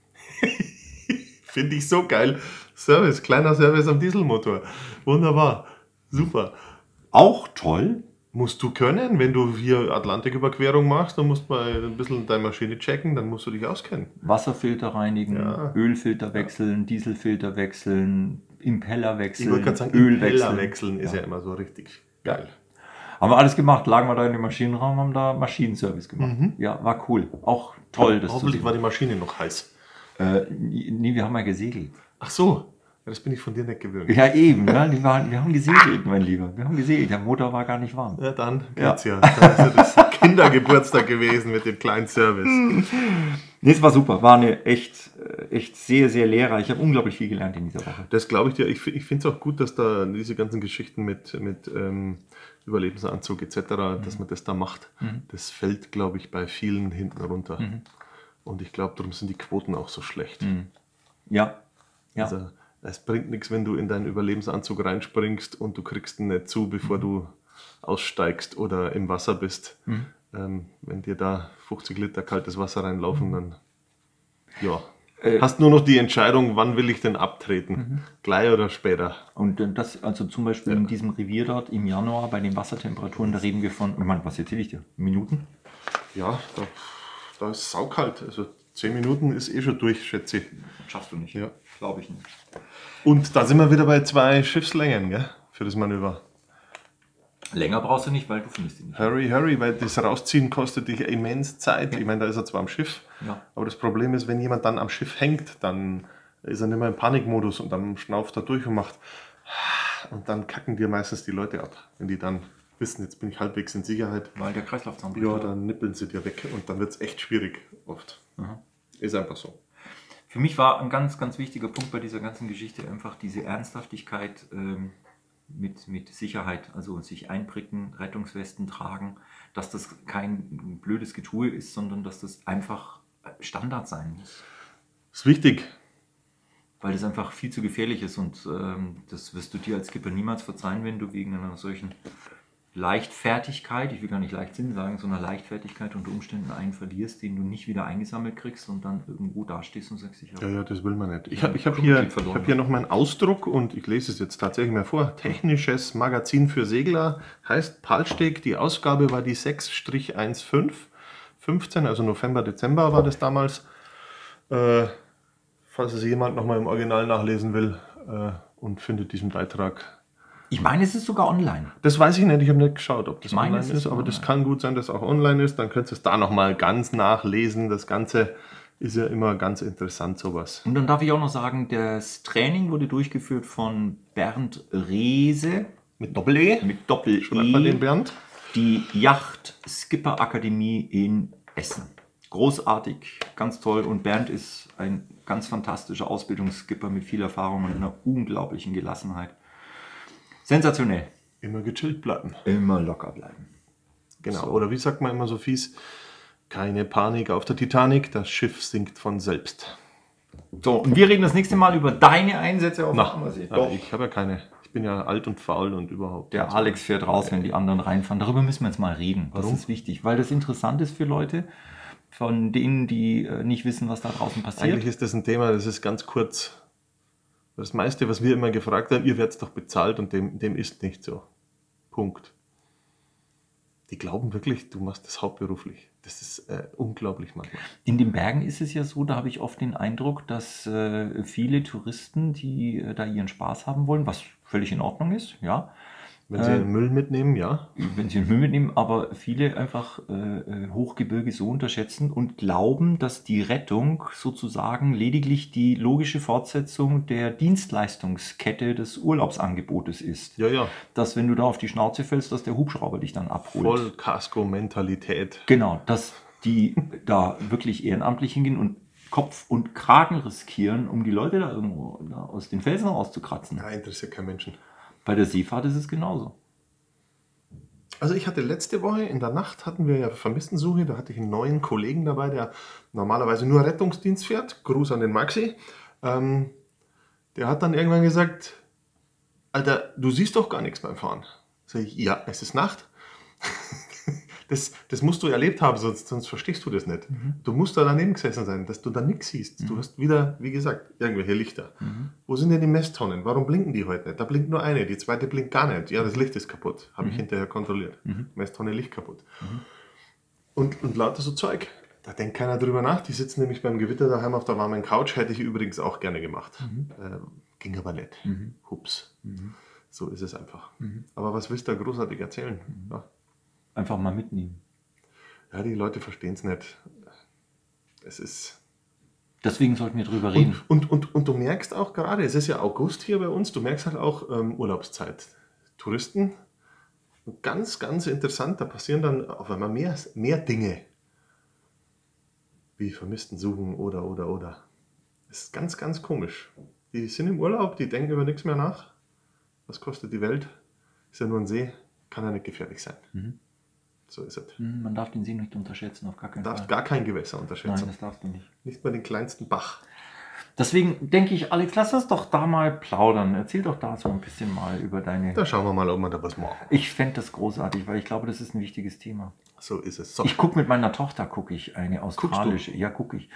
[SPEAKER 2] Finde ich so geil. Service, kleiner Service am Dieselmotor. Wunderbar. Super.
[SPEAKER 1] Auch toll,
[SPEAKER 2] Musst du können, wenn du hier Atlantiküberquerung machst, dann musst du mal ein bisschen deine Maschine checken, dann musst du dich auskennen.
[SPEAKER 1] Wasserfilter reinigen,
[SPEAKER 2] Ja.
[SPEAKER 1] Ölfilter wechseln, Dieselfilter wechseln, Impeller
[SPEAKER 2] Ich
[SPEAKER 1] wechseln,
[SPEAKER 2] wollte gerade sagen,
[SPEAKER 1] Öl
[SPEAKER 2] Impeller
[SPEAKER 1] wechseln.
[SPEAKER 2] wechseln ist ja. immer so richtig geil.
[SPEAKER 1] Haben wir alles gemacht, lagen wir da in dem Maschinenraum, haben da Maschinenservice gemacht. Ja, war cool. Auch toll, das zu
[SPEAKER 2] Hoffentlich
[SPEAKER 1] sehen.
[SPEAKER 2] war die Maschine noch heiß.
[SPEAKER 1] Äh, nee, wir haben ja gesegelt.
[SPEAKER 2] Ach so, das bin ich von dir nicht gewöhnt.
[SPEAKER 1] Ja, eben, ne? Die waren, wir haben gesegelt, mein Lieber. Wir haben gesegelt. Der Motor war gar nicht warm.
[SPEAKER 2] Ja, dann geht's ja. Dann ist ja das Kindergeburtstag gewesen mit dem kleinen Service.
[SPEAKER 1] Nee, es war super. War eine echt, äh, echt sehr, sehr lehrreich. Ich habe unglaublich viel gelernt in dieser Woche.
[SPEAKER 2] Das glaube ich dir. Ich, fi- ich finde es auch gut, dass da diese ganzen Geschichten mit, mit ähm, Überlebensanzug et cetera, dass man das da macht. Das fällt, glaube ich, bei vielen hinten runter. Und ich glaube, darum sind die Quoten auch so schlecht.
[SPEAKER 1] Ja, ja.
[SPEAKER 2] Also, es bringt nichts, wenn du in deinen Überlebensanzug reinspringst und du kriegst ihn nicht zu, bevor du aussteigst oder im Wasser bist. Ähm, wenn dir da fünfzig Liter kaltes Wasser reinlaufen, dann ja. Hast nur noch die Entscheidung, wann will ich denn abtreten? Gleich oder später?
[SPEAKER 1] Und äh, das, also zum Beispiel in diesem Revier dort im Januar bei den Wassertemperaturen, da reden wir von, ich meine, was erzähle ich dir? Minuten?
[SPEAKER 2] Ja, da, da ist es saukalt. Also zehn Minuten ist eh schon durch, schätze ich.
[SPEAKER 1] Schaffst du nicht.
[SPEAKER 2] Ja.
[SPEAKER 1] Glaube ich nicht.
[SPEAKER 2] Und da sind wir wieder bei zwei Schiffslängen, gell, für das Manöver.
[SPEAKER 1] Länger brauchst du nicht, weil du findest ihn nicht.
[SPEAKER 2] Hurry, hurry, weil das Rausziehen kostet dich immens Zeit. Ich meine, da ist er zwar am Schiff,
[SPEAKER 1] Ja.
[SPEAKER 2] aber das Problem ist, wenn jemand dann am Schiff hängt, dann ist er nicht mehr im Panikmodus und dann schnauft er durch und macht und dann kacken dir meistens die Leute ab. Wenn die dann wissen, jetzt bin ich halbwegs in Sicherheit,
[SPEAKER 1] Weil der Kreislauf zusammenbricht.
[SPEAKER 2] ja, dann nippeln sie dir weg und dann wird es echt schwierig oft. Ist einfach so.
[SPEAKER 1] Für mich war ein ganz, ganz wichtiger Punkt bei dieser ganzen Geschichte einfach diese Ernsthaftigkeit ähm, mit, mit Sicherheit, also sich einpricken, Rettungswesten tragen, dass das kein blödes Getue ist, sondern dass das einfach Standard sein muss.
[SPEAKER 2] Ist wichtig.
[SPEAKER 1] Weil das einfach viel zu gefährlich ist und ähm, das wirst du dir als Skipper niemals verzeihen, wenn du wegen einer solchen Leichtfertigkeit, ich will gar nicht Leichtsinn sagen, sondern Leichtfertigkeit unter Umständen einen verlierst, den du nicht wieder eingesammelt kriegst und dann irgendwo dastehst und sagst, ich
[SPEAKER 2] Ja,
[SPEAKER 1] habe
[SPEAKER 2] ja, das will man nicht. Ich habe ich hab hier, ich hab hier noch meinen Ausdruck und ich lese es jetzt tatsächlich mal vor. Technisches Magazin für Segler heißt Palsteg. Die Ausgabe war die sechs eins fünf. fünfzehn, also November, Dezember war das damals. Äh, falls es jemand nochmal im Original nachlesen will äh, und findet diesen Beitrag.
[SPEAKER 1] Ich meine, es ist sogar online.
[SPEAKER 2] Das weiß ich nicht, ich habe nicht geschaut, ob das
[SPEAKER 1] Ich meine,
[SPEAKER 2] online
[SPEAKER 1] es ist
[SPEAKER 2] ist, aber das
[SPEAKER 1] online.
[SPEAKER 2] kann gut sein, dass es auch online ist. Dann könnt ihr es da nochmal ganz nachlesen. Das Ganze ist ja immer ganz interessant, sowas.
[SPEAKER 1] Und dann darf ich auch noch sagen, das Training wurde durchgeführt von Bernd Reese
[SPEAKER 2] Mit Doppel-E?
[SPEAKER 1] mit Doppel-E.
[SPEAKER 2] Schreibt man den Bernd?
[SPEAKER 1] Die Yacht Skipper Akademie in Essen. Großartig, ganz toll. Und Bernd ist ein ganz fantastischer Ausbildungsskipper mit viel Erfahrung und einer unglaublichen Gelassenheit. Sensationell.
[SPEAKER 2] Immer gechillt bleiben.
[SPEAKER 1] Immer locker bleiben.
[SPEAKER 2] Genau. So. Oder wie sagt man immer so fies? Keine Panik auf der Titanic, das Schiff sinkt von selbst.
[SPEAKER 1] So, und wir reden das nächste Mal über deine Einsätze auf
[SPEAKER 2] Na, Ammersee. Doch. Ich habe ja keine. Ich bin ja alt und faul und überhaupt.
[SPEAKER 1] Der Alex fährt raus, wenn die anderen reinfahren. Darüber müssen wir jetzt mal reden. Das
[SPEAKER 2] Warum?
[SPEAKER 1] ist wichtig, weil das interessant ist für Leute, von denen, die nicht wissen, was da draußen passiert.
[SPEAKER 2] Eigentlich ist das ein Thema, das ist ganz kurz. Das meiste, was wir immer gefragt haben, ihr werdet doch bezahlt und dem, dem ist nicht so. Punkt. Die glauben wirklich, du machst das hauptberuflich. Das ist äh, unglaublich manchmal.
[SPEAKER 1] In den Bergen ist es ja so, da habe ich oft den Eindruck, dass äh, viele Touristen, die äh, da ihren Spaß haben wollen, was völlig in Ordnung ist, ja.
[SPEAKER 2] Wenn sie äh, den Müll mitnehmen, ja.
[SPEAKER 1] Wenn sie den Müll mitnehmen, aber viele einfach äh, Hochgebirge so unterschätzen und glauben, dass die Rettung sozusagen lediglich die logische Fortsetzung der Dienstleistungskette des Urlaubsangebotes ist.
[SPEAKER 2] Ja, ja.
[SPEAKER 1] Dass wenn du da auf die Schnauze fällst, dass der Hubschrauber dich dann abholt.
[SPEAKER 2] Voll Casco-Mentalität.
[SPEAKER 1] Genau, dass die da wirklich ehrenamtlich hingehen und Kopf und Kragen riskieren, um die Leute da irgendwo da aus den Felsen rauszukratzen.
[SPEAKER 2] Ja, interessiert kein Menschen.
[SPEAKER 1] Bei der Seefahrt ist es genauso.
[SPEAKER 2] Also ich hatte letzte Woche in der Nacht, hatten wir ja Vermisstensuche, da hatte ich einen neuen Kollegen dabei, der normalerweise nur Rettungsdienst fährt. Gruß an den Maxi. Ähm, der hat dann irgendwann gesagt, Alter, du siehst doch gar nichts beim Fahren. Sag ich, ja, es ist Nacht. Das, das musst du erlebt haben, sonst, sonst verstehst du das nicht. Mhm. Du musst da daneben gesessen sein, dass du da nichts siehst. Mhm. Du hast wieder, wie gesagt, irgendwelche Lichter. Mhm. Wo sind denn die Messtonnen? Warum blinken die heute nicht? Da blinkt nur eine, die zweite blinkt gar nicht. Ja, das Licht ist kaputt. Habe mhm. ich hinterher kontrolliert. Mhm. Messtonne, Licht kaputt. Mhm. Und, und lauter so Zeug. Da denkt keiner drüber nach. Die sitzen nämlich beim Gewitter daheim auf der warmen Couch. Hätte ich übrigens auch gerne gemacht. Mhm. Äh, ging aber nicht. Mhm. Hups. Mhm. So ist es einfach. Mhm. Aber was willst du da großartig erzählen?
[SPEAKER 1] Mhm. Ja. Einfach mal mitnehmen.
[SPEAKER 2] Ja, die Leute verstehen es nicht. Es ist...
[SPEAKER 1] Deswegen sollten wir drüber reden.
[SPEAKER 2] Und, und, und, und du merkst auch gerade, es ist ja August hier bei uns, du merkst halt auch ähm, Urlaubszeit. Touristen, ganz, ganz interessant, da passieren dann auf einmal mehr, mehr Dinge. Wie Vermisstensuchen oder, oder, oder. Das ist ganz, ganz komisch. Die sind im Urlaub, die denken über nichts mehr nach. Was kostet die Welt? Ist ja nur ein See, kann ja nicht gefährlich sein. Mhm. So ist es.
[SPEAKER 1] Man darf den See nicht unterschätzen, auf gar keinen
[SPEAKER 2] Fall. Du
[SPEAKER 1] darfst
[SPEAKER 2] gar kein Gewässer unterschätzen.
[SPEAKER 1] Nein, das darfst du nicht.
[SPEAKER 2] Nicht mal den kleinsten Bach.
[SPEAKER 1] Deswegen denke ich, Alex, lass uns doch da mal plaudern. Erzähl doch da so ein bisschen mal über deine...
[SPEAKER 2] Da schauen wir mal, ob wir da was machen.
[SPEAKER 1] Ich fände das großartig, weil ich glaube, das ist ein wichtiges Thema.
[SPEAKER 2] So ist es. So.
[SPEAKER 1] Ich gucke mit meiner Tochter, gucke ich eine australische... Ja, gucke ich.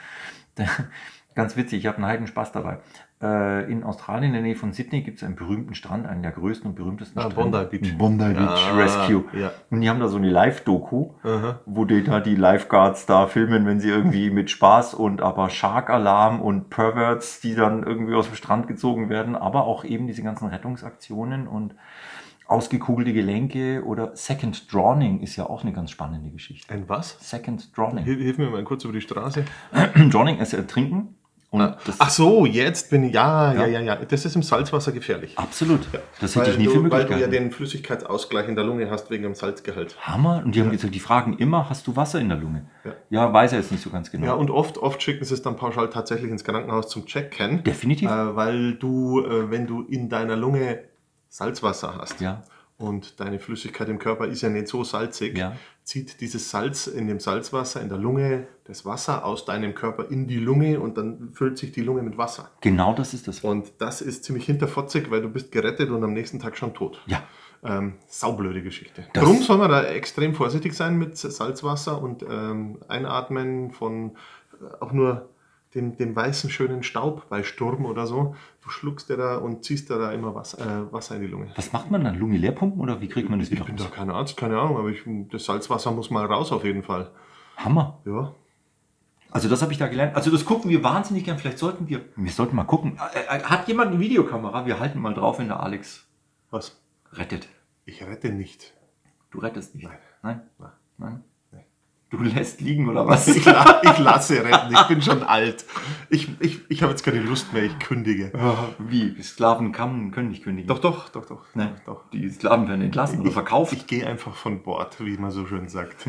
[SPEAKER 1] Ganz witzig, ich habe einen heiden Spaß dabei. Äh, in Australien, in der Nähe von Sydney, gibt es einen berühmten Strand, einen der größten und berühmtesten
[SPEAKER 2] ah,
[SPEAKER 1] Strände.
[SPEAKER 2] Bondi Beach.
[SPEAKER 1] Bondi Beach
[SPEAKER 2] ja,
[SPEAKER 1] Rescue.
[SPEAKER 2] Ja.
[SPEAKER 1] Und die haben da so eine Live-Doku, aha, wo die da die Lifeguards da filmen, wenn sie irgendwie mit Spaß und aber Shark-Alarm und Perverts, die dann irgendwie aus dem Strand gezogen werden, aber auch eben diese ganzen Rettungsaktionen und ausgekugelte Gelenke oder Second Drowning ist ja auch eine ganz spannende Geschichte.
[SPEAKER 2] Ein was?
[SPEAKER 1] Second Drowning.
[SPEAKER 2] Hilf, hilf mir mal kurz über die Straße.
[SPEAKER 1] Drowning ist Ertrinken. Und
[SPEAKER 2] ah, ach so, jetzt bin ich, ja, ja, ja, ja, das ist im Salzwasser gefährlich.
[SPEAKER 1] Absolut. Ja. Das hätte
[SPEAKER 2] weil
[SPEAKER 1] ich nie
[SPEAKER 2] du,
[SPEAKER 1] für möglich
[SPEAKER 2] Weil du ja den Flüssigkeitsausgleich in der Lunge hast wegen dem Salzgehalt.
[SPEAKER 1] Hammer. Und die haben ja gesagt, die fragen immer, hast du Wasser in der Lunge? Ja, ja, weiß er jetzt nicht so ganz genau.
[SPEAKER 2] Ja, und oft, oft schicken sie es dann pauschal tatsächlich ins Krankenhaus zum Checken.
[SPEAKER 1] Definitiv.
[SPEAKER 2] Äh, weil du, äh, wenn du in deiner Lunge Salzwasser hast,
[SPEAKER 1] ja,
[SPEAKER 2] und deine Flüssigkeit im Körper ist ja nicht so salzig,
[SPEAKER 1] ja,
[SPEAKER 2] zieht dieses Salz in dem Salzwasser in der Lunge das Wasser aus deinem Körper in die Lunge und dann füllt sich die Lunge mit Wasser.
[SPEAKER 1] Genau das ist das.
[SPEAKER 2] Und das ist ziemlich hinterfotzig, weil du bist gerettet und am nächsten Tag schon tot.
[SPEAKER 1] Ja.
[SPEAKER 2] Ähm, saublöde Geschichte. Das Darum soll man da extrem vorsichtig sein mit Salzwasser und ähm, Einatmen von äh, auch nur dem, dem weißen, schönen Staub bei Sturm oder so. Du schluckst dir da und ziehst da, da immer Wasser, äh, Wasser in die Lunge.
[SPEAKER 1] Was macht man dann? Lunge leerpumpen oder wie kriegt man das
[SPEAKER 2] ich
[SPEAKER 1] wieder
[SPEAKER 2] raus? Ich bin
[SPEAKER 1] da
[SPEAKER 2] kein Arzt, keine Ahnung, aber ich, das Salzwasser muss mal raus auf jeden Fall.
[SPEAKER 1] Hammer.
[SPEAKER 2] Ja.
[SPEAKER 1] Also das habe ich da gelernt. Also das gucken wir wahnsinnig gern. Vielleicht sollten wir, wir sollten mal gucken. Hat jemand eine Videokamera? Wir halten mal drauf, wenn der Alex
[SPEAKER 2] was
[SPEAKER 1] rettet.
[SPEAKER 2] Ich rette nicht.
[SPEAKER 1] Du rettest nicht?
[SPEAKER 2] Nein.
[SPEAKER 1] Nein? Nein. Nein?
[SPEAKER 2] Nein.
[SPEAKER 1] Du lässt liegen oder was?
[SPEAKER 2] Ich, la ich lasse retten, ich bin schon alt. Ich, ich, ich habe jetzt keine Lust mehr, ich kündige.
[SPEAKER 1] Wie? Sklaven kann, können nicht kündigen.
[SPEAKER 2] Doch, doch, doch, doch.
[SPEAKER 1] Nein, doch. Die Sklaven werden entlassen oder verkauft.
[SPEAKER 2] Ich, ich gehe einfach von Bord, wie man so schön sagt.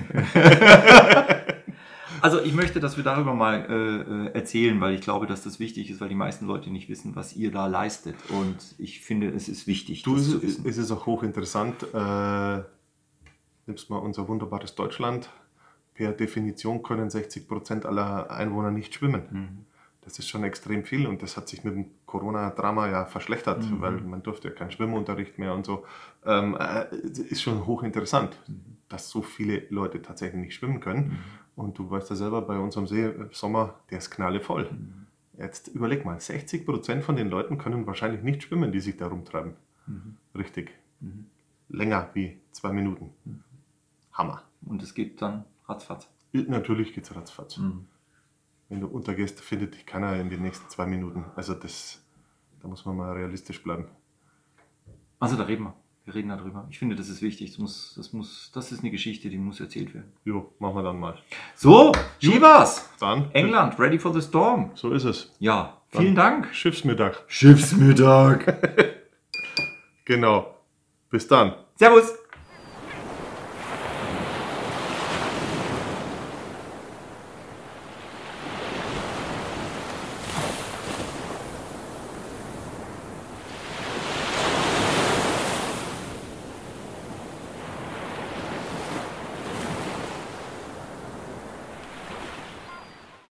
[SPEAKER 1] Also ich möchte, dass wir darüber mal äh, erzählen, weil ich glaube, dass das wichtig ist, weil die meisten Leute nicht wissen, was ihr da leistet. Und ich finde, es ist wichtig,
[SPEAKER 2] du,
[SPEAKER 1] das
[SPEAKER 2] es,
[SPEAKER 1] zu wissen.
[SPEAKER 2] Es ist auch hochinteressant. Äh, nimmst mal unser wunderbares Deutschland. Per Definition können sechzig Prozent aller Einwohner nicht schwimmen. Mhm. Das ist schon extrem viel und das hat sich mit dem Corona-Drama ja verschlechtert, mhm. weil man durfte ja keinen Schwimmunterricht mehr und so. Ähm, äh, ist schon hochinteressant, mhm. dass so viele Leute tatsächlich nicht schwimmen können. Mhm. Und du weißt ja selber, bei unserem See im Sommer, der ist knallevoll. Mhm. Jetzt überleg mal, sechzig Prozent von den Leuten können wahrscheinlich nicht schwimmen, die sich da rumtreiben. Mhm. Richtig. Mhm. Länger wie zwei Minuten. Mhm. Hammer.
[SPEAKER 1] Und es geht dann ratzfatz.
[SPEAKER 2] Natürlich geht es ratzfatz. Mhm. Wenn du untergehst, findet dich keiner in den nächsten zwei Minuten. Also das, da muss man mal realistisch bleiben.
[SPEAKER 1] Also da reden wir. Wir reden darüber. Ich finde, das ist wichtig. Das, muss, das, muss, das ist eine Geschichte, die muss erzählt werden.
[SPEAKER 2] Jo, machen wir dann mal.
[SPEAKER 1] So, Chivas!
[SPEAKER 2] Dann.
[SPEAKER 1] England, ready for the storm.
[SPEAKER 2] So ist es.
[SPEAKER 1] Ja, vielen dann Dank.
[SPEAKER 2] Schiffsmittag.
[SPEAKER 1] Schiffsmittag.
[SPEAKER 2] Genau. Bis dann.
[SPEAKER 1] Servus.